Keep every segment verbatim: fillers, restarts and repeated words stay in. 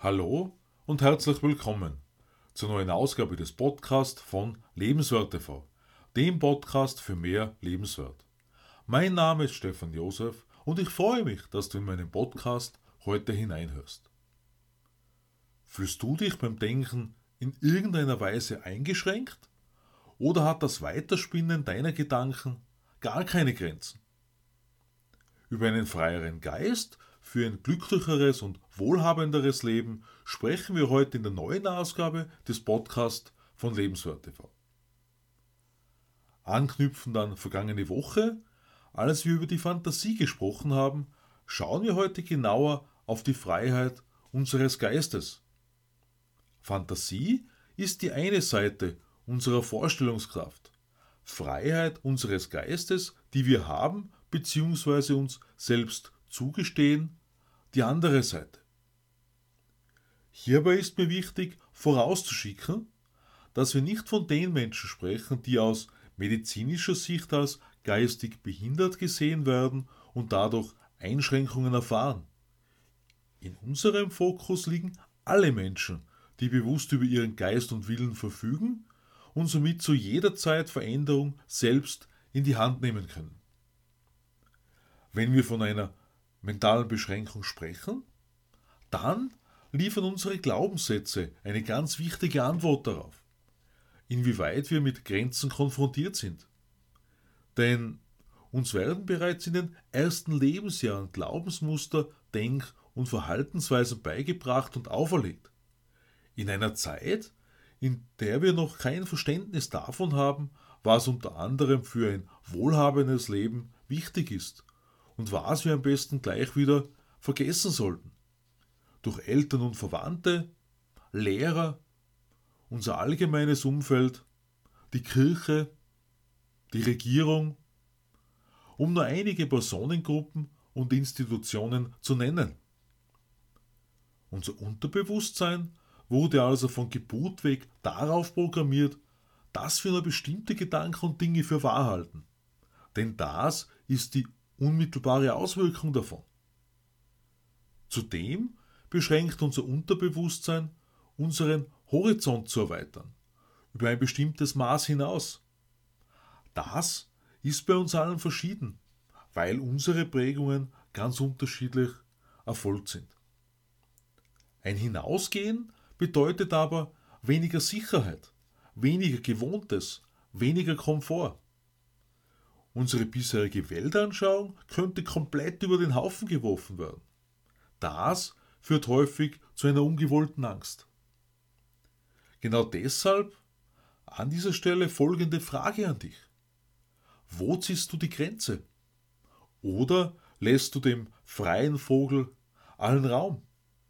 Hallo und herzlich willkommen zur neuen Ausgabe des Podcasts von Lebenswert T V, dem Podcast für mehr Lebenswert. Mein Name ist Stefan Josef und ich freue mich, dass du in meinen Podcast heute hineinhörst. Fühlst du dich beim Denken in irgendeiner Weise eingeschränkt oder hat das Weiterspinnen deiner Gedanken gar keine Grenzen? Über einen freieren Geist für ein glücklicheres und wohlhabenderes Leben sprechen wir heute in der neuen Ausgabe des Podcasts von Lebenswert T V. Anknüpfend an vergangene Woche, als wir über die Fantasie gesprochen haben, schauen wir heute genauer auf die Freiheit unseres Geistes. Fantasie ist die eine Seite unserer Vorstellungskraft. Freiheit unseres Geistes, die wir haben bzw. uns selbst zugestehen, die andere Seite. Hierbei ist mir wichtig vorauszuschicken, dass wir nicht von den Menschen sprechen, die aus medizinischer Sicht als geistig behindert gesehen werden und dadurch Einschränkungen erfahren. In unserem Fokus liegen alle Menschen, die bewusst über ihren Geist und Willen verfügen und somit zu jeder Zeit Veränderung selbst in die Hand nehmen können. Wenn wir von einer mentalen Beschränkung sprechen, dann liefern unsere Glaubenssätze eine ganz wichtige Antwort darauf, inwieweit wir mit Grenzen konfrontiert sind. Denn uns werden bereits in den ersten Lebensjahren Glaubensmuster, Denk- und Verhaltensweisen beigebracht und auferlegt. In einer Zeit, in der wir noch kein Verständnis davon haben, was unter anderem für ein wohlhabendes Leben wichtig ist und was wir am besten gleich wieder vergessen sollten. Durch Eltern und Verwandte, Lehrer, unser allgemeines Umfeld, die Kirche, die Regierung, um nur einige Personengruppen und Institutionen zu nennen. Unser Unterbewusstsein wurde also von Geburt weg darauf programmiert, dass wir nur bestimmte Gedanken und Dinge für wahr halten. Denn das ist die unmittelbare Auswirkung davon. Zudem beschränkt unser Unterbewusstsein unseren Horizont zu erweitern, über ein bestimmtes Maß hinaus. Das ist bei uns allen verschieden, weil unsere Prägungen ganz unterschiedlich erfolgt sind. Ein Hinausgehen bedeutet aber weniger Sicherheit, weniger Gewohntes, weniger Komfort. Unsere bisherige Weltanschauung könnte komplett über den Haufen geworfen werden. Das führt häufig zu einer ungewollten Angst. Genau deshalb an dieser Stelle folgende Frage an dich. Wo ziehst du die Grenze? Oder lässt du dem freien Vogel allen Raum?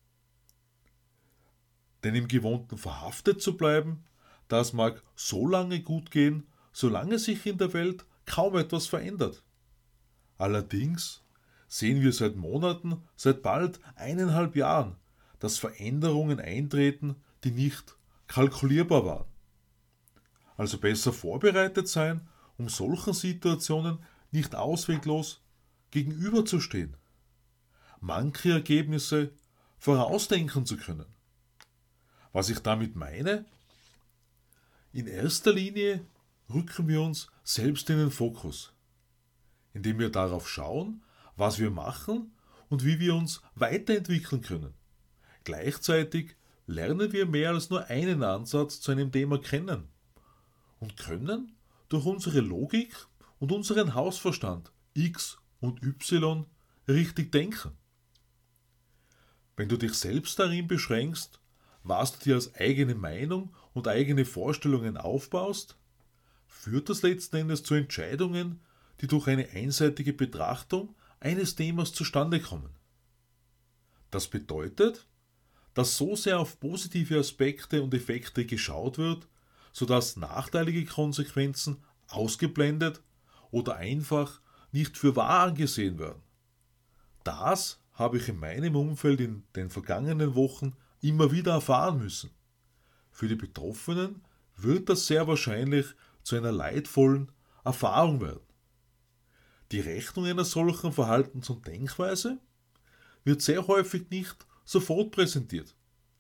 Denn im Gewohnten verhaftet zu bleiben, das mag so lange gut gehen, solange sich in der Welt kaum etwas verändert. Allerdings sehen wir seit Monaten, seit bald eineinhalb Jahren, dass Veränderungen eintreten, die nicht kalkulierbar waren. Also besser vorbereitet sein, um solchen Situationen nicht ausweglos gegenüberzustehen. Manche Ergebnisse vorausdenken zu können. Was ich damit meine? In erster Linie rücken wir uns selbst in den Fokus, indem wir darauf schauen, was wir machen und wie wir uns weiterentwickeln können. Gleichzeitig lernen wir mehr als nur einen Ansatz zu einem Thema kennen und können durch unsere Logik und unseren Hausverstand X und Y richtig denken. Wenn du dich selbst darin beschränkst, was du dir als eigene Meinung und eigene Vorstellungen aufbaust, führt das letzten Endes zu Entscheidungen, die durch eine einseitige Betrachtung eines Themas zustande kommen. Das bedeutet, dass so sehr auf positive Aspekte und Effekte geschaut wird, sodass nachteilige Konsequenzen ausgeblendet oder einfach nicht für wahr angesehen werden. Das habe ich in meinem Umfeld in den vergangenen Wochen immer wieder erfahren müssen. Für die Betroffenen wird das sehr wahrscheinlich zu einer leidvollen Erfahrung werden. Die Rechnung einer solchen Verhaltens- und Denkweise wird sehr häufig nicht sofort präsentiert.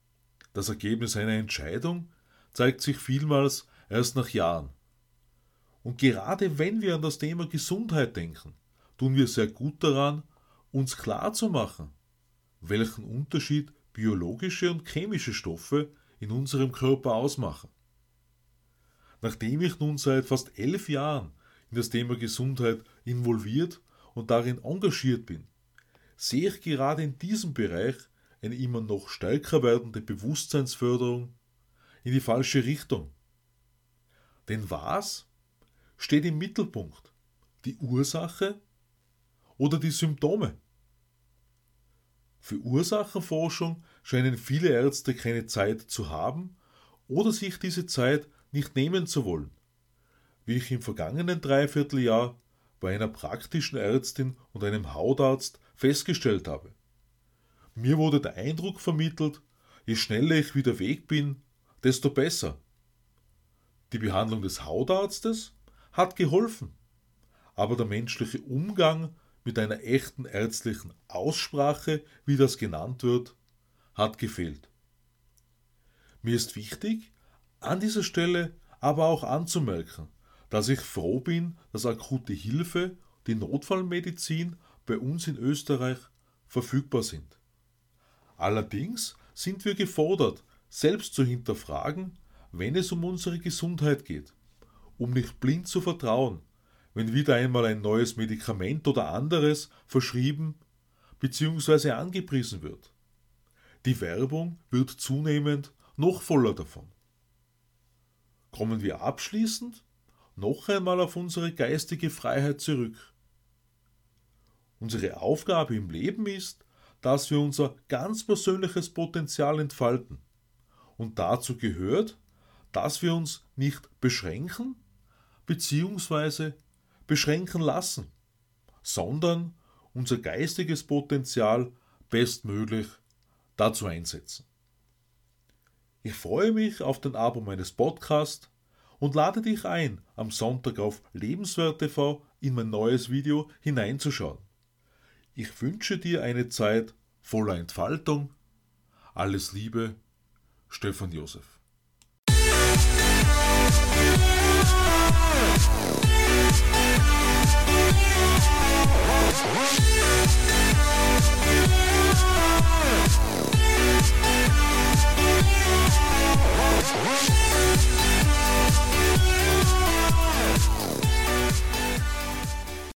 Das Ergebnis einer Entscheidung zeigt sich vielmals erst nach Jahren. Und gerade wenn wir an das Thema Gesundheit denken, tun wir sehr gut daran, uns klarzumachen, welchen Unterschied biologische und chemische Stoffe in unserem Körper ausmachen. Nachdem ich nun seit fast elf Jahren in das Thema Gesundheit involviert und darin engagiert bin, sehe ich gerade in diesem Bereich eine immer noch stärker werdende Bewusstseinsförderung in die falsche Richtung. Denn was steht im Mittelpunkt? Die Ursache oder die Symptome? Für Ursachenforschung scheinen viele Ärzte keine Zeit zu haben oder sich diese Zeit nicht nehmen zu wollen, wie ich im vergangenen Dreivierteljahr bei einer praktischen Ärztin und einem Hautarzt festgestellt habe. Mir wurde der Eindruck vermittelt, je schneller ich wieder weg bin, desto besser. Die Behandlung des Hautarztes hat geholfen, aber der menschliche Umgang mit einer echten ärztlichen Aussprache, wie das genannt wird, hat gefehlt. Mir ist wichtig, an dieser Stelle aber auch anzumerken, dass ich froh bin, dass akute Hilfe, die Notfallmedizin bei uns in Österreich verfügbar sind. Allerdings sind wir gefordert, selbst zu hinterfragen, wenn es um unsere Gesundheit geht, um nicht blind zu vertrauen, wenn wieder einmal ein neues Medikament oder anderes verschrieben bzw. angepriesen wird. Die Werbung wird zunehmend noch voller davon. Kommen wir abschließend noch einmal auf unsere geistige Freiheit zurück. Unsere Aufgabe im Leben ist, dass wir unser ganz persönliches Potenzial entfalten. Und dazu gehört, dass wir uns nicht beschränken bzw. beschränken lassen, sondern unser geistiges Potenzial bestmöglich dazu einsetzen. Ich freue mich auf den Abo meines Podcasts und lade dich ein, am Sonntag auf Lebenswert T V in mein neues Video hineinzuschauen. Ich wünsche dir eine Zeit voller Entfaltung. Alles Liebe, Stefan Josef.